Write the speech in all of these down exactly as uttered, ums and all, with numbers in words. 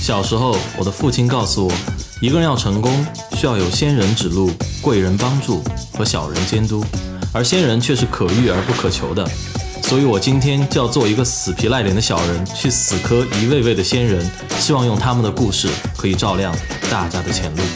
小时候，我的父亲告诉我，一个人要成功，需要有仙人指路、贵人帮助和小人监督，而仙人却是可遇而不可求的。所以我今天就要做一个死皮赖脸的小人，去死磕一位位的仙人，希望用他们的故事可以照亮大家的前路。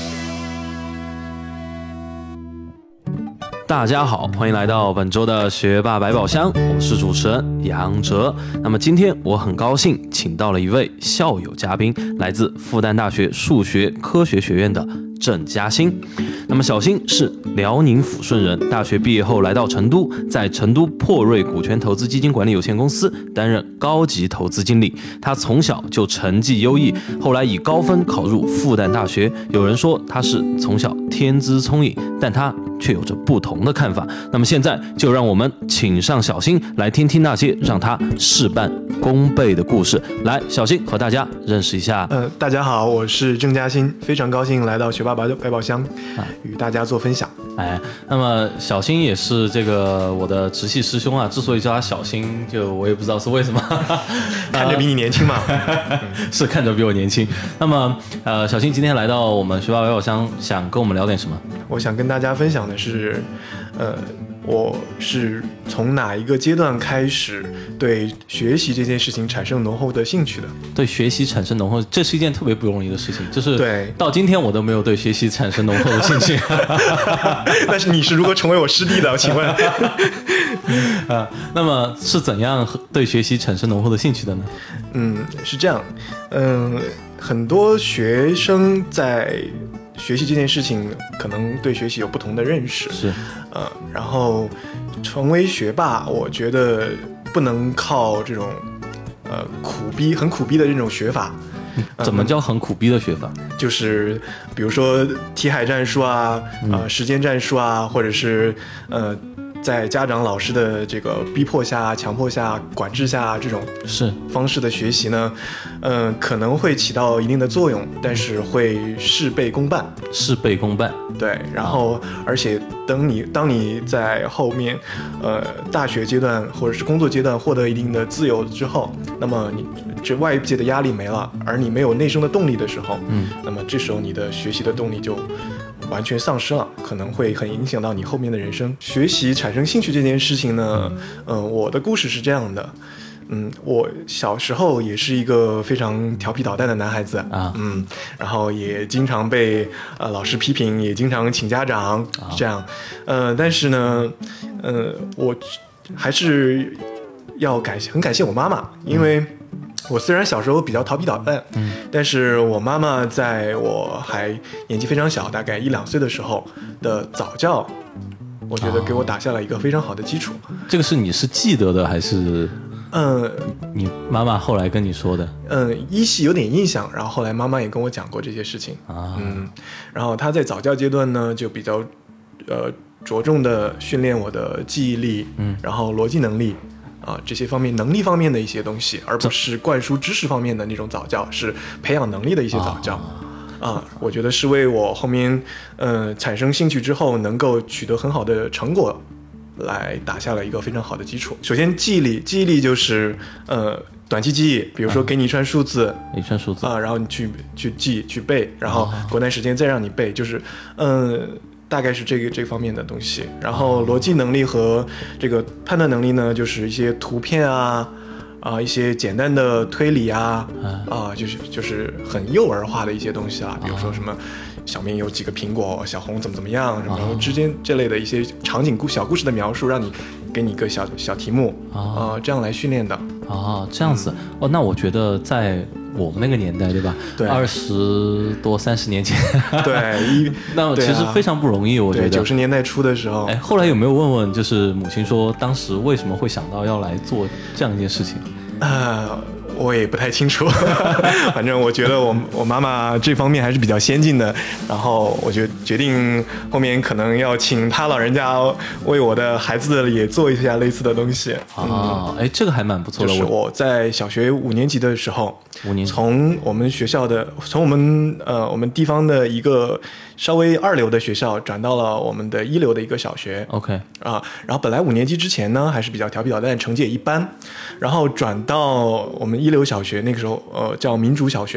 大家好，欢迎来到本周的学霸百宝箱，我是主持人杨哲。那么今天我很高兴请到了一位校友嘉宾，来自复旦大学数学科学学院的郑嘉欣。那么小欣是辽宁抚顺人，大学毕业后来到成都，在成都珀瑞股权投资基金管理有限公司担任高级投资经理。他从小就成绩优异，后来以高分考入复旦大学。有人说他是从小天资聪颖，但他却有着不同的看法。那么现在就让我们请上小欣来听听那些让他事半功倍的故事。来，小欣和大家认识一下。 呃，大家好，我是郑嘉欣，非常高兴来到学霸百百宝箱，啊、与大家做分享。 哎，那么小欣也是这个我的直系师兄啊，之所以叫他小欣，就我也不知道是为什么， 看着比你年轻嘛， 是看着比我年轻。那么呃，小欣今天来到我们学霸百宝箱，想跟我们聊点什么？ 我想跟大家分享的是，呃，我是从哪一个阶段开始对学习这件事情产生浓厚的兴趣的？ 对学习产生浓厚，这是一件特别不容易的事情，就是对到今天我都没有对学习产生浓厚的兴趣。 但是你是如何成为我师弟的？请问？ 啊，那么是怎样对学习产生浓厚的兴趣的呢？ 嗯，是这样，嗯、呃，很多学生在学习这件事情可能对学习有不同的认识， 是， 呃，然后成为学霸，我觉得不能靠这种呃苦逼、很苦逼的这种学法。 怎么叫很苦逼的学法？ 嗯、就是比如说题海战术啊，呃，时间战术啊，或者是呃。在家长老师的这个逼迫下、强迫下、管制下，这种是方式的学习呢，嗯、呃，可能会起到一定的作用，但是会事倍功半。 事倍功半， 对。然后，啊、而且等你当你在后面，呃，大学阶段或者是工作阶段获得一定的自由之后，那么你这外界的压力没了，而你没有内生的动力的时候，嗯，那么这时候你的学习的动力就完全丧失了，可能会很影响到你后面的人生。学习产生兴趣这件事情呢，嗯、呃，我的故事是这样的，嗯，我小时候也是一个非常调皮捣蛋的男孩子啊，嗯，然后也经常被呃老师批评，也经常请家长，啊、这样，呃，但是呢，呃，我还是要感谢，很感谢我妈妈，因为。我虽然小时候比较调皮捣蛋，嗯，但是我妈妈在我还年纪非常小，大概一两岁的时候的早教，我觉得给我打下了一个非常好的基础。哦、 这个是你是记得的还是？ 嗯， 你妈妈后来跟你说的？ 嗯，依稀有点印象，然后后来妈妈也跟我讲过这些事情啊。嗯，然后她在早教阶段呢，就比较呃着重的训练我的记忆力，嗯，然后逻辑能力。啊，这些方面能力方面的一些东西，而不是灌输知识方面的那种早教，是培养能力的一些早教。啊，我觉得是为我后面呃产生兴趣之后能够取得很好的成果来打下了一个非常好的基础。首先记忆力，记忆力就是呃短期记忆，比如说给你一串数字，啊、 一串数字啊，然后你去去记去背，然后过段时间再让你背，就是嗯。呃大概是这个这方面的东西，然后逻辑能力和这个判断能力呢，就是一些图片啊，啊一些简单的推理啊，啊就是就是很幼儿化的一些东西啊，比如说什么小明有几个苹果，小红怎么怎么样，什么之间这类的一些场景故小故事的描述，让你给你一个小小题目啊、呃，这样来训练的。 哦，这样子、嗯、哦，那我觉得在我们那个年代，对吧？ 对， 二十多三十年前， 对，一那其实非常不容易，我觉得。 九十年代初的时候， 哎，后来有没有问问，就是母亲说，当时为什么会想到要来做这样一件事情？ 呃，我也不太清楚，反正我觉得我我妈妈这方面还是比较先进的，然后我就决定后面可能要请她老人家为我的孩子也做一下类似的东西。 啊，哎、嗯，这个还蛮不错的。 就是我在小学五年级的时候， 五年级从我们学校的，从我们呃我们地方的一个稍微二流的学校转到了我们的一流的一个小学。 OK 啊，然后本来五年级之前呢还是比较调皮捣蛋，成绩也一般，然后转到我们一流小学，那个时候呃叫民主小学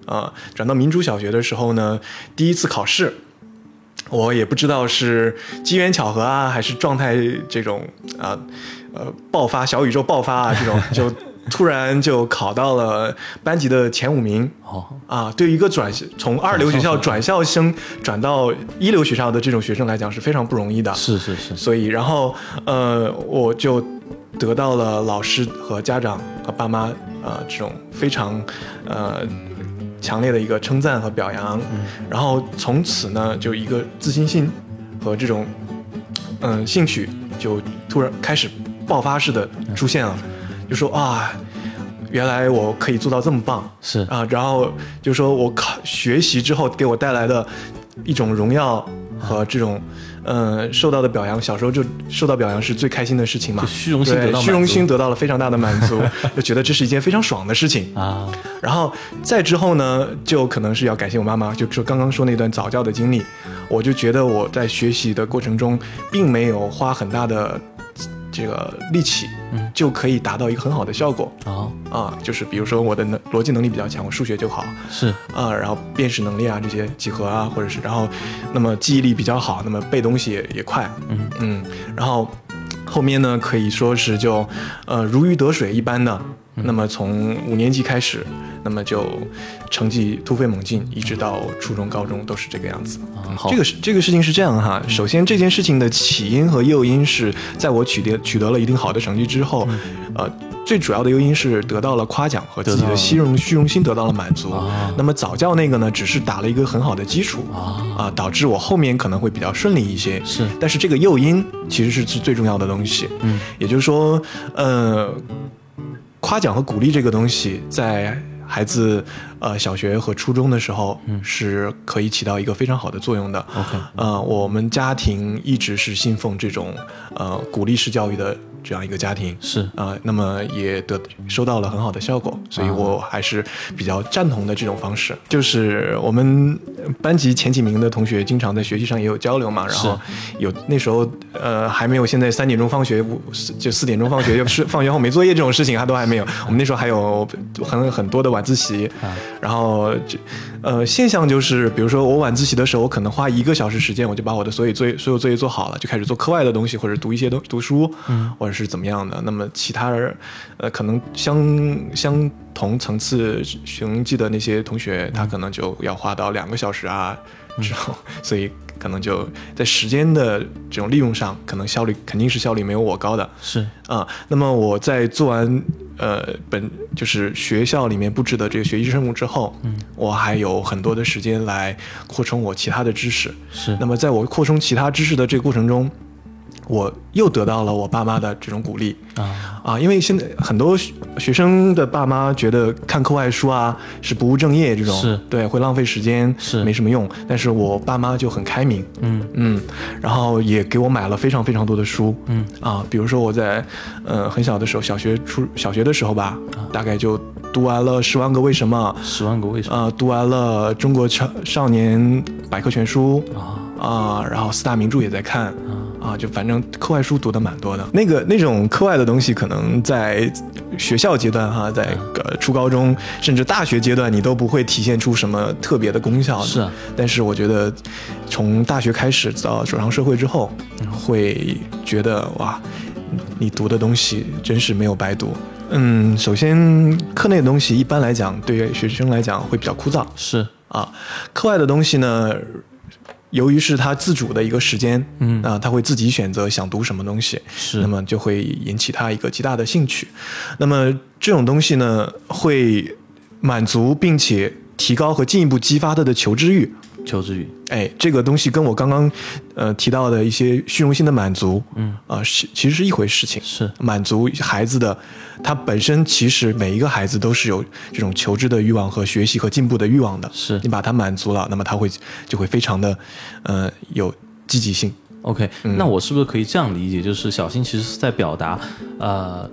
呃，转到民主小学的时候呢，第一次考试，我也不知道是机缘巧合啊，还是状态这种啊呃爆发小宇宙爆发啊这种，就突然就考到了班级的前五名。 哦啊，对于一个转从二流学校转校生转到一流学校的这种学生来讲是非常不容易的。 是是是。 所以然后呃我就得到了老师和家长和爸妈呃这种非常呃强烈的一个称赞和表扬，嗯、然后从此呢就一个自信心和这种嗯、呃、兴趣就突然开始爆发式的出现了，嗯、就说啊。原来我可以做到这么棒， 是啊，然后就说我考学习之后给我带来的一种荣耀和这种，呃，受到的表扬，小时候就受到表扬是最开心的事情嘛， 虚荣心得到满足， 虚荣心得到了非常大的满足，就觉得这是一件非常爽的事情啊。然后再之后呢，就可能是要感谢我妈妈，就说刚刚说那段早教的经历，我就觉得我在学习的过程中，并没有花很大的这个力气，嗯，就可以达到一个很好的效果。哦，啊，就是比如说我的能逻辑能力比较强，我数学就好， 是啊，然后辨识能力啊这些几何啊，或者是然后那么记忆力比较好，那么背东西也也快，嗯嗯，然后后面呢可以说是就呃如鱼得水一般的。那么从五年级开始，那么就成绩突飞猛进，一直到初中、高中都是这个样子。啊、这个是这个事情是这样哈。首先，这件事情的起因和诱因是在我取得取得了一定好的成绩之后，嗯、呃，最主要的诱因是得到了夸奖和自己的虚荣虚荣心得到了满足。啊、那么早教那个呢，只是打了一个很好的基础啊、呃，导致我后面可能会比较顺利一些。 是， 但是这个诱因其实是是最重要的东西。嗯，也就是说，呃。夸奖和鼓励这个东西，在孩子呃小学和初中的时候，嗯，是可以起到一个非常好的作用的。OK，呃，我们家庭一直是信奉这种呃鼓励式教育的这样一个家庭， 是啊、呃，那么也得收到了很好的效果，所以我还是比较赞同的这种方式。就是我们班级前几名的同学，经常在学习上也有交流嘛，然后有那时候呃还没有现在三点钟放学，就四点钟放学，就是放学后没作业这种事情，还都还没有。我们那时候还有很很多的晚自习，然后呃现象就是，比如说我晚自习的时候，我可能花一个小时时间，我就把我的所有作业所有作业做好了，就开始做课外的东西，或者读一些东读书，嗯，或者是怎么样的。那么其他人呃可能相相同层次成绩的那些同学，他可能就要花到两个小时啊之后，嗯、所以可能就在时间的这种利用上，可能效率肯定是效率没有我高的。 是啊、呃，那么我在做完呃本就是学校里面布置的这个学习任务之后，嗯，我还有很多的时间来扩充我其他的知识。 是， 那么在我扩充其他知识的这个过程中，我又得到了我爸妈的这种鼓励啊啊！因为现在很多学生的爸妈觉得看课外书啊是不务正业，这种是对会浪费时间， 是没什么用。但是我爸妈就很开明，嗯嗯，然后也给我买了非常非常多的书，嗯啊，比如说我在呃很小的时候，小学初小学的时候吧，啊、大概就读完了《十万个为什么》， 十万个为什么， 呃，读完了《中国少少年百科全书》啊啊，然后四大名著也在看。啊，就反正课外书读的蛮多的，那个那种课外的东西，可能在学校阶段哈，在呃初高中甚至大学阶段，你都不会体现出什么特别的功效的。 是啊， 但是我觉得从大学开始到走上社会之后，会觉得哇，你读的东西真是没有白读。嗯，首先课内的东西一般来讲，对于学生来讲会比较枯燥。 是啊，课外的东西呢，由于是他自主的一个时间，嗯啊，他会自己选择想读什么东西， 是， 那么就会引起他一个极大的兴趣。那么这种东西呢，会满足并且提高和进一步激发他的求知欲。 求知欲， 哎，这个东西跟我刚刚呃提到的一些虚荣心的满足，嗯啊、呃，是其实是一回事情。 是满足孩子的，他本身其实每一个孩子都是有这种求知的欲望和学习和进步的欲望的。 是你把他满足了，那么他会就会非常的呃有积极性。 OK，、嗯、那我是不是可以这样理解，就是小新其实是在表达，呃，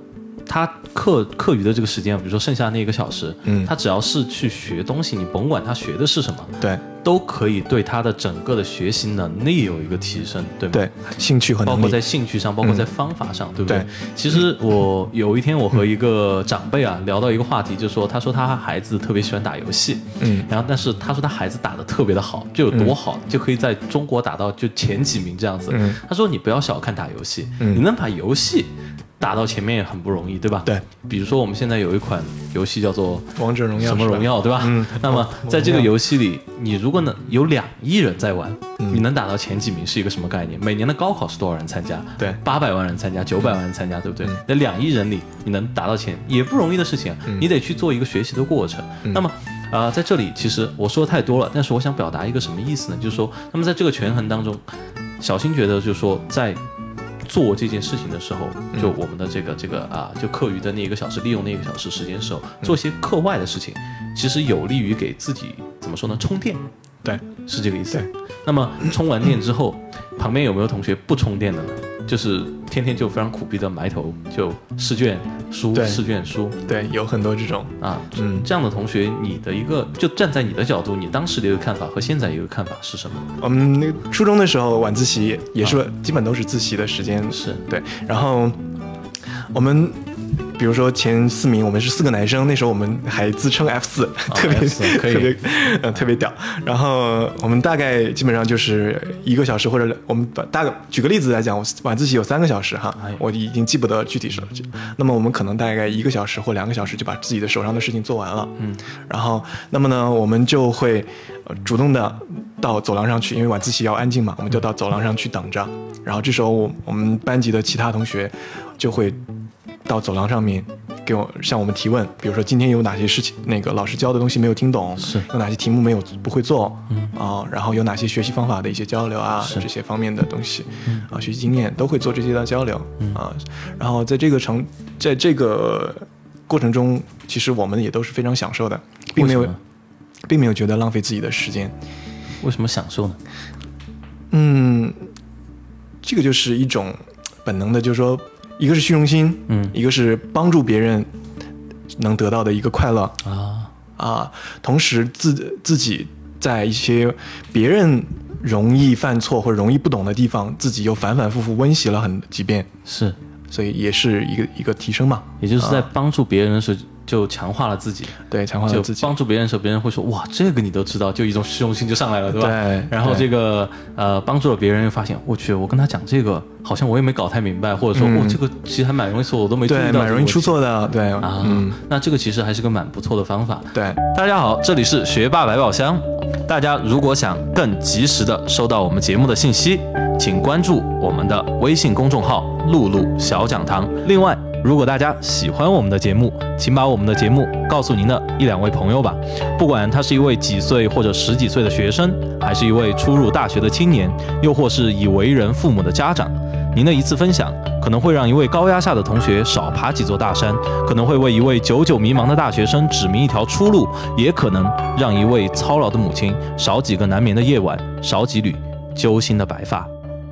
他课课余的这个时间，比如说剩下那一个小时， 嗯， 他只要是去学东西，你甭管他学的是什么， 对， 都可以对他的整个的学习能力有一个提升，对吗？ 对，兴趣和能力， 包括在兴趣上，包括在方法上，嗯、对不对？ 对。 其实我有一天我和一个长辈啊、嗯、聊到一个话题，就是说他说他孩子特别喜欢打游戏，嗯，然后但是他说他孩子打得特别的好，就有多好，嗯、就可以在中国打到就前几名这样子。嗯，他说你不要小看打游戏，嗯、你能把游戏打到前面也很不容易，对吧？ 对， 比如说我们现在有一款游戏叫做王者荣耀， 什么荣耀，对吧？嗯，那么在这个游戏里，你如果能有两亿人在玩，嗯、你能打到前几名是一个什么概念？每年的高考是多少人参加？ 对， 八百万人参加，九百万人参加，对不对？那两亿人里，你能打到前也不容易的事情，嗯、你得去做一个学习的过程。嗯、那么，呃，在这里其实我说的太多了，但是我想表达一个什么意思呢？就是说，那么在这个权衡当中，小新觉得就是说在。做这件事情的时候，就我们的这个这个啊，就课余的那一个小时，利用那一个小时时间的时候，做一些课外的事情，其实有利于给自己怎么说呢？充电， 对， 是这个意思。那么充完电之后，旁边有没有同学不充电的呢？就是天天就非常苦逼的埋头就试卷书试卷书， 对，有很多这种啊，嗯，这样的同学，你的一个就站在你的角度，你当时的一个看法和现在一个看法是什么？ 我们那个初中的时候晚自习也是、啊、基本都是自习的时间， 是对， 然后我们。比如说前四名，我们是四个男生，那时候我们还自称 F 四、哦，特别 F 四可以特别呃特别屌。然后我们大概基本上就是一个小时，或者我们大概举个例子来讲，晚自习有三个小时哈，哎、我已经记不得具体是了。那么我们可能大概一个小时或两个小时就把自己的手上的事情做完了，嗯，然后那么呢，我们就会主动的到走廊上去，因为晚自习要安静嘛，我们就到走廊上去等着。然后这时候我我们班级的其他同学就会。到走廊上面给我向我们提问，比如说今天有哪些事情，那个老师教的东西没有听懂， 是有哪些题目没有不会做，嗯啊、呃，然后有哪些学习方法的一些交流啊，这些方面的东西，嗯啊，学习经验都会做这些的交流，嗯啊，然后在这个程，在这个过程中，其实我们也都是非常享受的，并没有，并没有觉得浪费自己的时间。 为什么享受呢？ 嗯，这个就是一种本能的，就是说。一个是虚荣心，嗯，一个是帮助别人能得到的一个快乐啊啊，同时自自己在一些别人容易犯错或者容易不懂的地方，自己又反反复复温习了很几遍， 是， 所以也是一个一个提升嘛， 也就是在帮助别人的时候。就强化了自己， 对，强化了自己， 帮助别人的时候，别人会说哇，这个你都知道，就一种虚荣心就上来了，对吧？ 对。 然后这个呃，帮助了别人，又发现我去，我跟他讲这个，好像我也没搞太明白，或者说，嗯、哦，这个其实还蛮容易错，我都没注意到， 对，蛮容易出错的，对啊。嗯，那这个其实还是个蛮不错的方法。 对， 大家好，这里是学霸百宝箱。大家如果想更及时的收到我们节目的信息，请关注我们的微信公众号“露露小讲堂”。另外。如果大家喜欢我们的节目，请把我们的节目告诉您的一两位朋友吧。不管他是一位几岁或者十几岁的学生，还是一位初入大学的青年，又或是已为人父母的家长，您的一次分享可能会让一位高压下的同学少爬几座大山，可能会为一位久久迷茫的大学生指明一条出路，也可能让一位操劳的母亲少几个难眠的夜晚，少几缕揪心的白发。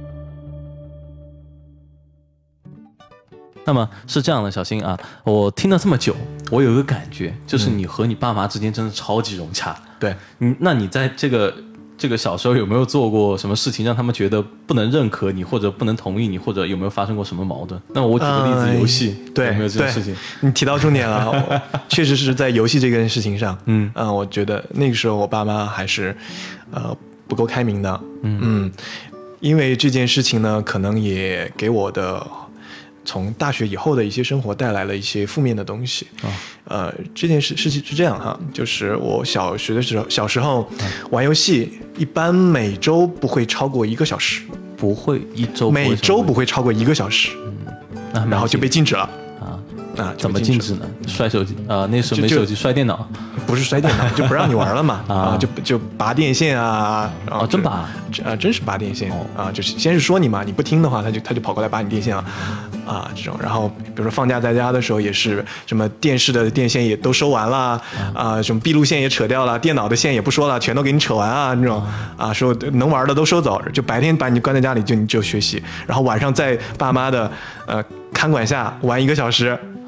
那么是这样的，小新啊，我听了这么久，我有一个感觉，就是你和你爸妈之间真的超级融洽。 对， 嗯，那你在这个这个小时候有没有做过什么事情让他们觉得不能认可你，或者不能同意你，或者有没有发生过什么矛盾？那我举个例子，呃、游戏， 对， 有没有这种事情？ 你提到重点了，确实是在游戏这件事情上，嗯嗯、呃，我觉得那个时候我爸妈还是呃不够开明的，嗯嗯，因为这件事情呢，可能也给我的。从大学以后的一些生活带来了一些负面的东西，哦、呃，这件事事情是这样哈，就是我小学的时候，小时候玩游戏，一般每周不会超过一个小时， 不会一周不会每周不会超过一个小时，嗯，然后就被禁止了啊啊，怎么禁止呢？摔手机啊、呃，那时候没手机，摔电脑， 不是摔电脑，就不让你玩了嘛啊，就就拔电线啊， 啊，真拔啊，真是拔电线、哦、啊，就是先是说你嘛，你不听的话，他就他就跑过来拔你电线了。啊，这种，然后比如说放假在家的时候，也是什么电视的电线也都收完了，啊，什么闭路线也扯掉了，电脑的线也不说了，全都给你扯完啊，那种啊，说能玩的都收走，就白天把你关在家里就你就学习，然后晚上在爸妈的呃看管下玩一个小时，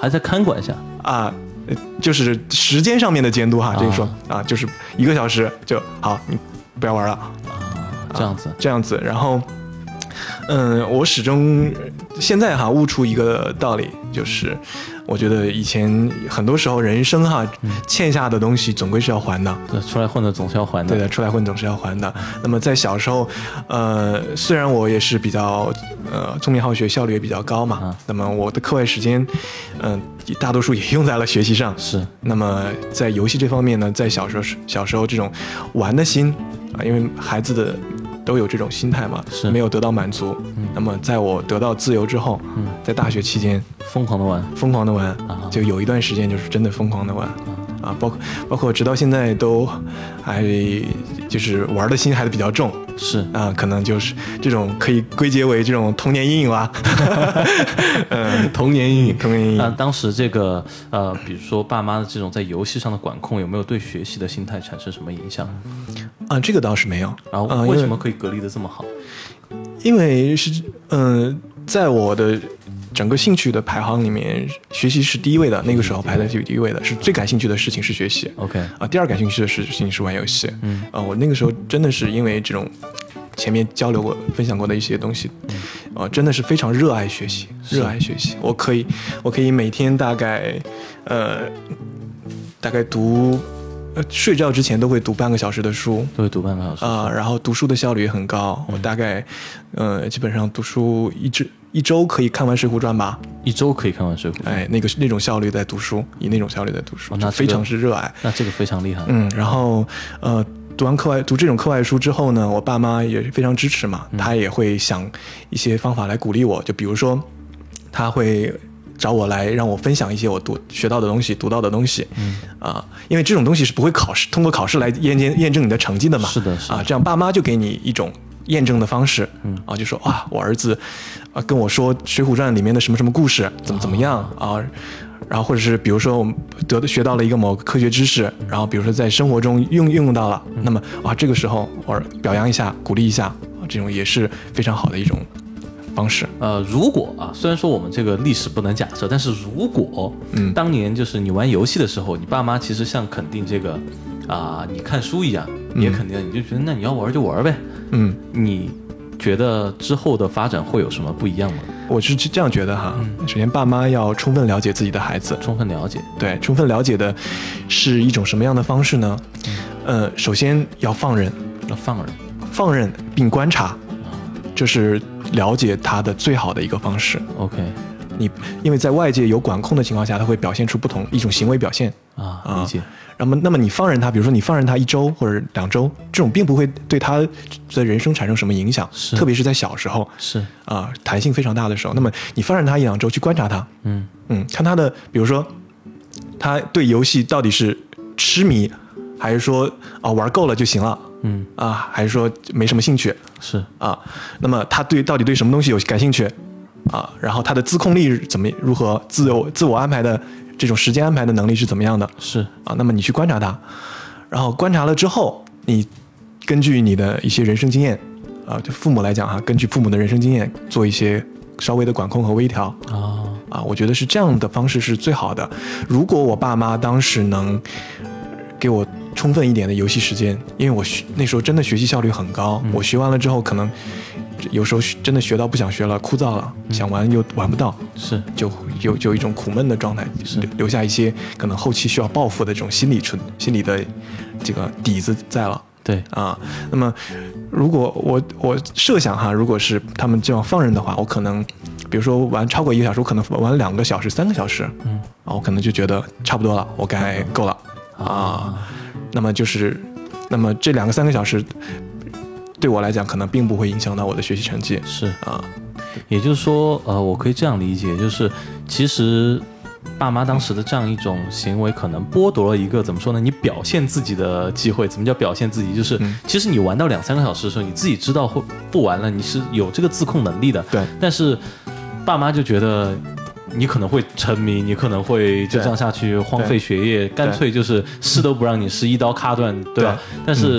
还在看管下啊。就是时间上面的监督哈，这个说啊，就是一个小时就好，你不要玩了啊，这样子、啊， 这样子。然后，嗯，我始终现在哈悟出一个道理，就是我觉得以前很多时候人生哈、嗯、欠下的东西总归是要还的， 对，出来混的总是要还的， 对的，出来混总是要还的。那么在小时候，呃，虽然我也是比较呃聪明好学，效率也比较高嘛，啊、那么我的课外时间，嗯、呃，大多数也用在了学习上。 是。 那么在游戏这方面呢，在小时候小时候这种玩的心啊，因为孩子的都有这种心态嘛， 是没有得到满足。嗯、那么在我得到自由之后，嗯、在大学期间疯狂的玩， 疯狂的玩， 啊、 就有一段时间就是真的疯狂的玩。啊，包括包括直到现在都还就是玩的心还是比较重， 是啊，可能就是这种可以归结为这种童年阴影吧。 嗯，童年阴影， 童年阴影。 那当时这个呃，比如说爸妈的这种在游戏上的管控，有没有对学习的心态产生什么影响？ 啊，这个倒是没有。 然后为什么可以隔离的这么好？ 因为是嗯、呃，在我的整个兴趣的排行里面，学习是第一位的。那个时候排在第一位的，是最感兴趣的事情是学习。 OK 啊，第二感兴趣的事情是玩游戏。嗯，啊，我那个时候真的是因为这种前面交流过、分享过的一些东西，啊，真的是非常热爱学习，热爱学习。我可以，我可以每天大概，呃，大概读。呃，睡觉之前都会读半个小时的书， 都会读半个小时啊、呃，然后读书的效率也很高。嗯、我大概，呃，基本上读书一周一周可以看完《水浒传》吧， 一周可以看完《水浒传》。 哎，那个那种效率在读书，以那种效率在读书， 哦、那、这个、 非常是热爱。 那这个非常厉害。 嗯，然后呃，读完课外读这种课外书之后呢，我爸妈也非常支持嘛，嗯、他也会想一些方法来鼓励我，就比如说，他会找我来让我分享一些我读学到的东西、读到的东西，嗯啊、呃，因为这种东西是不会考试通过考试来验证验证你的成绩的嘛， 是的，是的啊，这样爸妈就给你一种验证的方式，嗯啊，就说啊，我儿子啊跟我说《水浒传》里面的什么什么故事怎么怎么样、哦、啊，然后或者是比如说我们得学到了一个某个科学知识，然后比如说在生活中用应用到了，嗯、那么啊这个时候我表扬一下、鼓励一下，这种也是非常好的一种方式。 呃，如果啊，虽然说我们这个历史不能假设，但是如果，嗯，当年就是你玩游戏的时候，你爸妈其实像肯定这个啊、呃，你看书一样，也肯定，嗯、你就觉得那你要玩就玩呗，嗯，你觉得之后的发展会有什么不一样吗？ 我是这样觉得哈，嗯、首先爸妈要充分了解自己的孩子， 充分了解， 对，充分了解的是一种什么样的方式呢？嗯、呃，首先要放任， 要放任， 放任并观察，这是了解他的最好的一个方式。 OK， 你因为在外界有管控的情况下，他会表现出不同一种行为表现啊，理解。 那么那么你放任他，比如说你放任他一周或者两周，这种并不会对他的人生产生什么影响，特别是在小时候， 是啊， 弹性非常大的时候。那么你放任他一两周去观察他，嗯嗯，看他的比如说他对游戏到底是痴迷，还是说啊玩够了就行了，嗯啊，还是说没什么兴趣， 是啊， 那么他对到底对什么东西有感兴趣啊？然后他的自控力怎么如何，自由自我安排的这种时间安排的能力是怎么样的？ 是啊，那么你去观察他，然后观察了之后，你根据你的一些人生经验啊，就父母来讲哈，根据父母的人生经验做一些稍微的管控和微调啊啊，我觉得是这样的方式是最好的。如果我爸妈当时能给我充分一点的游戏时间，因为我那时候真的学习效率很高，嗯、我学完了之后可能有时候真的学到不想学了，枯燥了，嗯、想玩又玩不到， 是就有就一种苦闷的状态，是留下一些可能后期需要报复的这种心理存心理的这个底子在了。 对啊，那么如果我我设想哈，如果是他们这样放任的话，我可能比如说玩超过一个小时，我可能玩两个小时、三个小时，嗯，啊，我可能就觉得差不多了，我该够了。啊，那么就是，那么这两个三个小时，对我来讲可能并不会影响到我的学习成绩。 是啊， 也就是说，呃，我可以这样理解，就是其实爸妈当时的这样一种行为，可能剥夺了一个怎么说呢？你表现自己的机会。怎么叫表现自己？就是、嗯、其实你玩到两三个小时的时候，你自己知道会不玩了，你是有这个自控能力的。 对， 但是爸妈就觉得你可能会沉迷，你可能会就这样下去荒废学业，干脆就是试都不让你试，一刀咔断，对吧？但是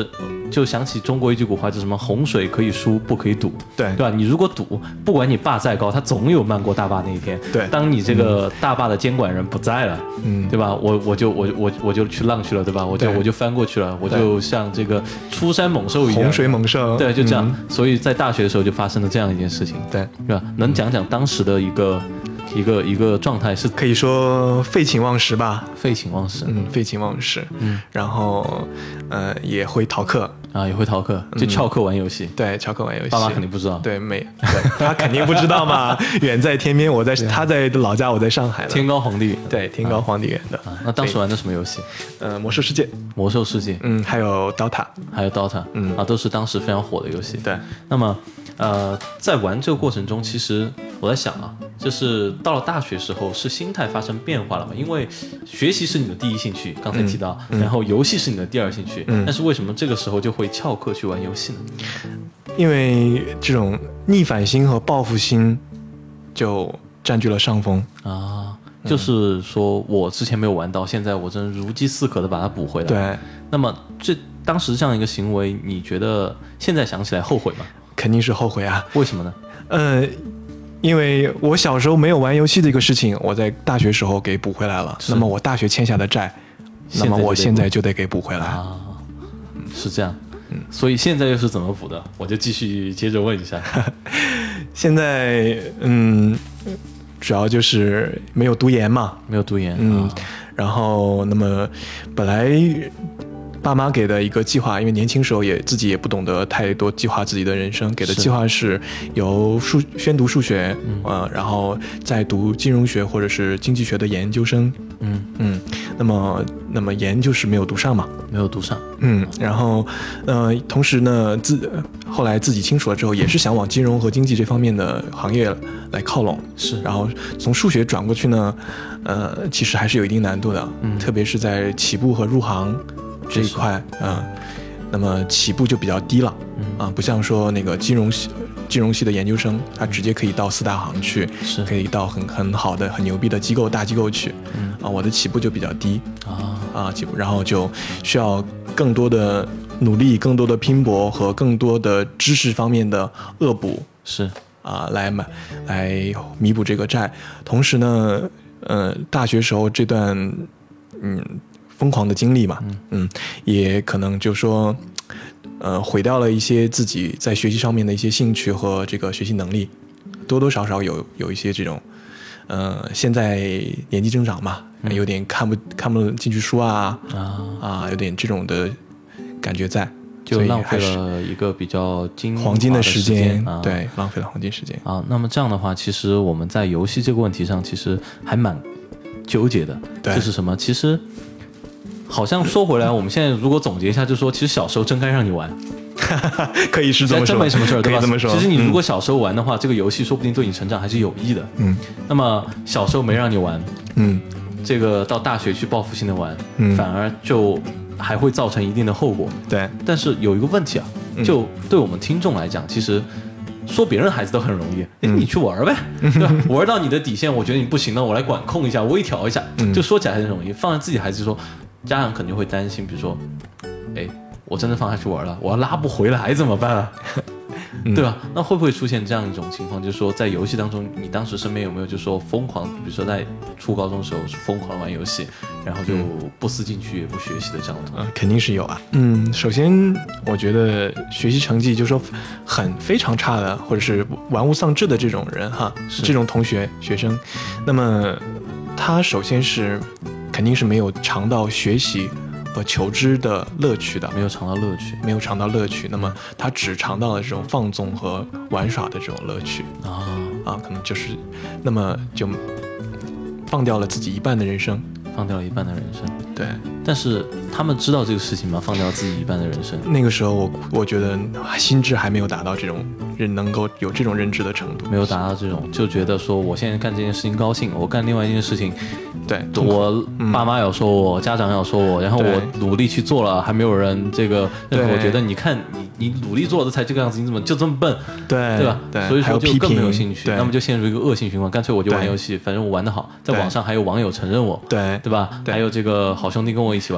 就想起中国一句古话，叫什么"洪水可以疏，不可以堵"， 对对吧？你如果堵，不管你坝再高，它总有漫过大坝那一天。 对， 当你这个大坝的监管人不在了， 嗯， 对吧？我我就我我我就去浪去了，对吧？我就我就翻过去了，我就像这个出山猛兽一样， 洪水猛兽， 对，就这样。 嗯、 所以在大学的时候就发生了这样一件事情， 对， 是吧？能讲讲当时的一个。一个一个状态是可以说废寝忘食吧， 废寝忘食， 嗯，废寝忘食， 嗯， 然后呃也会逃课啊，也会逃课，就翘课玩游戏， 嗯、对，翘课玩游戏， 爸妈肯定不知道， 对，没，对他肯定不知道嘛，远在天边，我在他在老家，我在上海， 天高皇帝远， 对，天高皇帝远的。 啊、那当时玩的什么游戏？ 呃，魔兽世界， 魔兽世界， 嗯，还有 Dota， 还有 Dota， 嗯啊，都是当时非常火的游戏。 对， 那么。呃，在玩这个过程中，其实我在想啊，就是到了大学时候，是心态发生变化了嘛？因为学习是你的第一兴趣，刚才提到， 嗯嗯、 然后游戏是你的第二兴趣， 嗯、 但是为什么这个时候就会翘课去玩游戏呢？ 因为这种逆反心和报复心就占据了上风啊。就是说我之前没有玩到，现在我真如饥似渴的把它补回来。 对， 那么这当时这样一个行为，你觉得现在想起来后悔吗？ 肯定是后悔啊！ 为什么呢？ 呃，因为我小时候没有玩游戏的一个事情，我在大学时候给补回来了。那么我大学欠下的债，那么我现在就得给补回来啊。是这样，嗯，所以现在又是怎么补的？我就继续接着问一下。 现在，嗯，主要就是没有读研嘛， 没有读研， 嗯， 啊、 然后那么本来。爸妈给的一个计划，因为年轻时候也自己也不懂得太多计划自己的人生，给的计划是由数宣读数学，嗯、呃，然后再读金融学或者是经济学的研究生， 嗯嗯，那么那么研就是没有读上嘛， 没有读上， 嗯，然后呃，同时呢，自后来自己清楚了之后，也是想往金融和经济这方面的行业来靠拢， 是， 然后从数学转过去呢，呃，其实还是有一定难度的， 嗯， 特别是在起步和入行。这一块，嗯、呃，那么起步就比较低了，啊、 嗯呃，不像说那个金融系、金融系的研究生，他直接可以到四大行去， 是可以到很很好的、很牛逼的机构、大机构去， 嗯， 啊、呃，我的起步就比较低， 啊啊，起步，然后就需要更多的努力、更多的拼搏和更多的知识方面的恶补， 是啊，来买来弥补这个债。同时呢，呃，大学时候这段，嗯。疯狂的经历嘛，嗯, 嗯，也可能就说，呃，毁掉了一些自己在学习上面的一些兴趣和这个学习能力，多多少少有有一些这种，呃，现在年纪增长嘛，嗯、有点看不看不进去书啊，啊啊，有点这种的感觉在， 就浪费了一个比较精黄金的时间， 啊、 对，浪费了黄金时间啊。那么这样的话，其实我们在游戏这个问题上，其实还蛮纠结的， 对， 就是什么，其实。好像说回来，我们现在如果总结一下，就是说，其实小时候真该让你玩， 可以是这么说， 真没什么事儿，对吧？ 这么说。 其实你如果小时候玩的话，嗯、这个游戏说不定对你成长还是有益的。 嗯。 那么小时候没让你玩， 嗯， 这个到大学去报复性的玩， 嗯， 反而就还会造成一定的后果。 对。 但是有一个问题啊，就对我们听众来讲，其实。说别人孩子都很容易，嗯、你去玩呗，对吧？玩到你的底线，我觉得你不行了，我来管控一下，微调一下， 嗯、 就说起来很容易。放在自己孩子说，家长肯定会担心，比如说，哎，我真的放下去玩了，我要拉不回来怎么办啊？对吧？那会不会出现这样一种情况，就是说在游戏当中，你当时身边有没有就是说疯狂，比如说在初高中的时候是疯狂玩游戏，然后就不思进取也不学习的这样的同学？ 嗯，肯定是有啊。嗯，首先我觉得学习成绩就是说很非常差的，或者是玩物丧志的这种人哈，这种同学学生，那么他首先是肯定是没有尝到学习和求知的乐趣的， 没有尝到乐趣， 没有尝到乐趣，那么他只尝到了这种放纵和玩耍的这种乐趣啊啊，可能就是，那么就放掉了自己一半的人生， 放掉了一半的人生。 对， 但是他们知道这个事情吗？放掉自己一半的人生。 那个时候我我觉得心智还没有达到这种人能够有这种认知的程度， 没有达到这种，就觉得说我现在干这件事情高兴，我干另外一件事情， 对， 我爸妈要说我，嗯、家长要说我，然后我努力去做了，还没有人这个认可，我觉得你看你你努力做了才这个样子，你怎么就这么笨？ 对对吧？ 对， 所以说就更没有兴趣， 那么就陷入一个恶性循环。干脆我就玩游戏，反正我玩得好，在网上还有网友承认我， 对对吧？还有这个好兄弟跟我一起玩，我们还可以一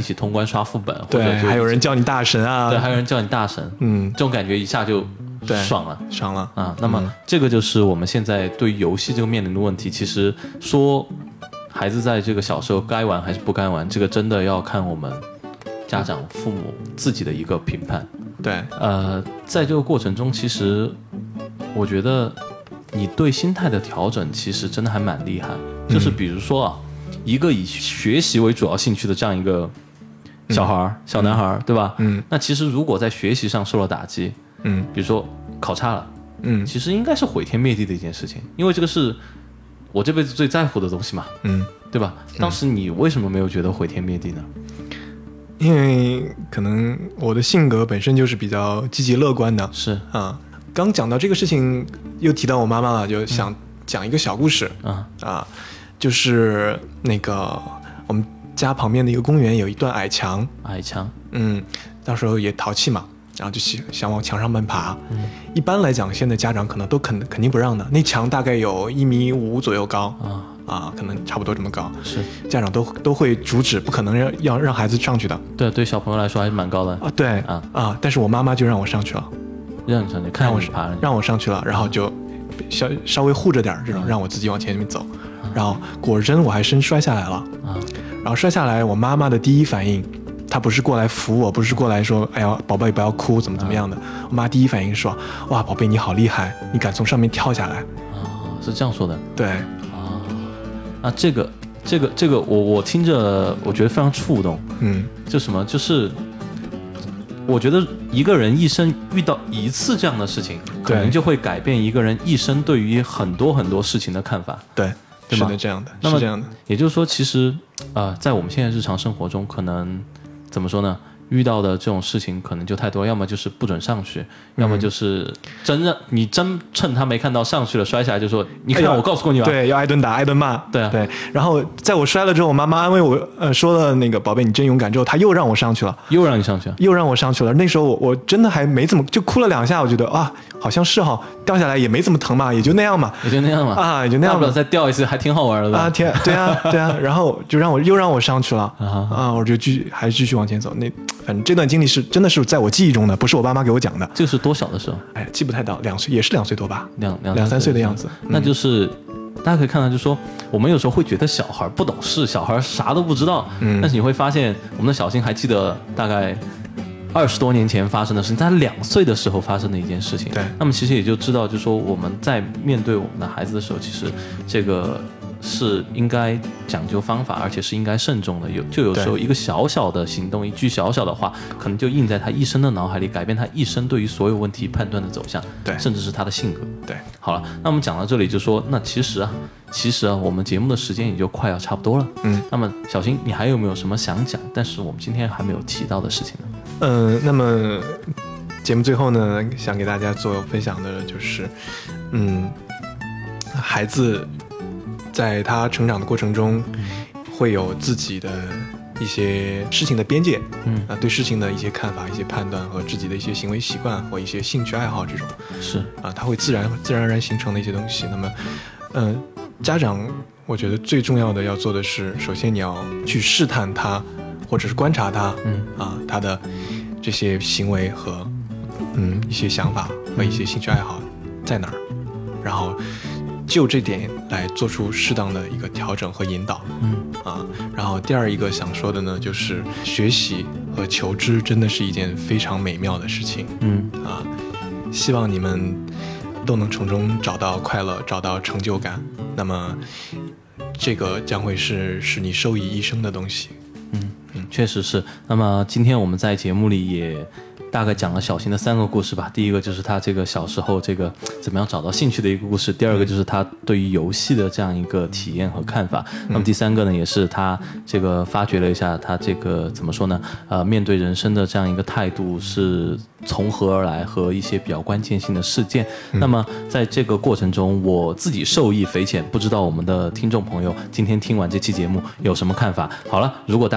起通关刷副本， 对， 或者就还有人叫你大神啊， 对，还有人叫你大神， 嗯， 这种感觉一下就爽了， 爽了啊。那么、嗯、这个就是我们现在对于游戏这个面临的问题。其实说孩子在这个小时候该玩还是不该玩，这个真的要看我们家长、父母自己的一个评判。 对， 呃，在这个过程中，其实我觉得你对心态的调整其实真的还蛮厉害。就是比如说啊，一个以学习为主要兴趣的这样一个小孩、嗯、小男孩，对吧？ 嗯， 那其实如果在学习上受了打击， 嗯， 比如说考差了， 嗯， 其实应该是毁天灭地的一件事情，因为这个是我这辈子最在乎的东西嘛， 嗯， 对吧？当时你为什么没有觉得毁天灭地呢？ 因为可能我的性格本身就是比较积极乐观的， 是啊。刚讲到这个事情，又提到我妈妈了，就想讲一个小故事、 嗯、 啊，就是那个我们家旁边的一个公园有一段矮墙， 矮墙， 嗯，到时候也淘气嘛，然后就想往墙上面爬。 嗯， 一般来讲，现在家长可能都肯肯定不让的。那墙大概有一米五左右高啊啊，可能差不多这么高。 是， 家长都都会阻止，不可能让要让孩子上去的。 对，对小朋友来说还是蛮高的啊。对啊啊，但是我妈妈就让我上去了， 让你上去，看我爬， 让我上去了，然后就稍稍微护着点这种、嗯，让我自己往前面走。嗯、然后果真我还真摔下来了啊。然后摔下来，我妈妈的第一反应，她不是过来扶我，不是过来说，哎呀，宝贝不要哭，怎么怎么样的。我妈第一反应是说，哇，宝贝你好厉害，你敢从上面跳下来。 啊，是这样说的。 对。 啊，那这个这个这个我我听着，我觉得非常触动。 嗯， 就什么，就是我觉得一个人一生遇到一次这样的事情，可能就会改变一个人一生对于很多很多事情的看法。 对。 对吗？ 是的，这样的， 那么是这样的。 也就是说，其实，呃，在我们现在日常生活中，可能怎么说呢？遇到的这种事情可能就太多，要么就是不准上去，嗯、要么就是真让你真趁他没看到上去了摔下来就说：“你看，我告诉过你吧。” 对，要挨顿打，挨顿骂。 对啊， 对。然后在我摔了之后，我妈妈安慰我，呃，说了那个宝贝你真勇敢之后，她又让我上去了， 又让你上去了， 又让我上去了。那时候我我真的还没怎么就哭了两下，我觉得啊，好像是哈，掉下来也没怎么疼嘛，也就那样嘛， 也就那样嘛， 啊，也就那样嘛， 大不了再掉一次，还挺好玩的啊，天，对啊，对啊。然后就让我又让我上去了啊， 啊，我就继续还继续往前走。那反正这段经历是真的是在我记忆中的，不是我爸妈给我讲的。 这个是多小的时候？ 哎，记不太到，两岁也是两岁多吧， 两两两三岁的样子。 那就是大家可以看到，就是说我们有时候会觉得小孩不懂事，小孩啥都不知道， 嗯， 但是你会发现，我们的小新还记得大概二十多年前发生的事情，他两岁的时候发生的一件事情。 对， 那么其实也就知道，就是说我们在面对我们的孩子的时候，其实这个是应该讲究方法，而且是应该慎重的。有就有时候一个小小的行动，一句小小的话，可能就印在他一生的脑海里，改变他一生对于所有问题判断的走向， 对， 甚至是他的性格。 对， 好了，那我们讲到这里就说，那其实啊，其实啊，我们节目的时间也就快要差不多了。 嗯， 那么小新，你还有没有什么想讲，但是我们今天还没有提到的事情呢？ 嗯、呃，那么节目最后呢，想给大家做分享的就是，嗯，孩子在他成长的过程中，会有自己的一些事情的边界， 嗯啊，对事情的一些看法、一些判断和自己的一些行为习惯或一些兴趣爱好这种， 是啊，他会自然自然而然形成的一些东西。那么，嗯、呃，家长我觉得最重要的要做的是，首先你要去试探他，或者是观察他， 嗯啊，他的这些行为和嗯一些想法和一些兴趣爱好在哪儿，然后就这点来做出适当的一个调整和引导， 嗯啊，然后第二一个想说的呢，就是学习和求知真的是一件非常美妙的事情， 嗯啊，希望你们都能从中找到快乐，找到成就感，那么这个将会是使你受益一生的东西。 嗯嗯，确实是。那么今天我们在节目里也大概讲了小新的三个故事吧。第一个就是他这个小时候这个怎么样找到兴趣的一个故事，第二个就是他对于游戏的这样一个体验和看法， 嗯、 那么第三个呢，也是他这个发掘了一下他这个怎么说呢？呃，面对人生的这样一个态度是从何而来和一些比较关键性的事件。 嗯、 那么在这个过程中，我自己受益匪浅，不知道我们的听众朋友今天听完这期节目有什么看法？好了，如果大家有什么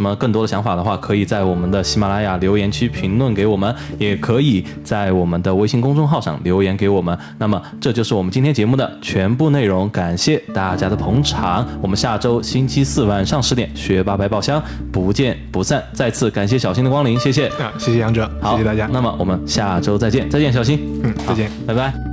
什么更多的想法的话，可以在我们的喜马拉雅留言区评论给我们，也可以在我们的微信公众号上留言给我们。那么这就是我们今天节目的全部内容，感谢大家的捧场。我们下周星期四晚上十点，学霸百宝箱不见不散。再次感谢小新的光临，谢谢啊，谢谢杨哲，谢谢大家。 那么我们下周再见，再见小新， 嗯，再见， 拜拜。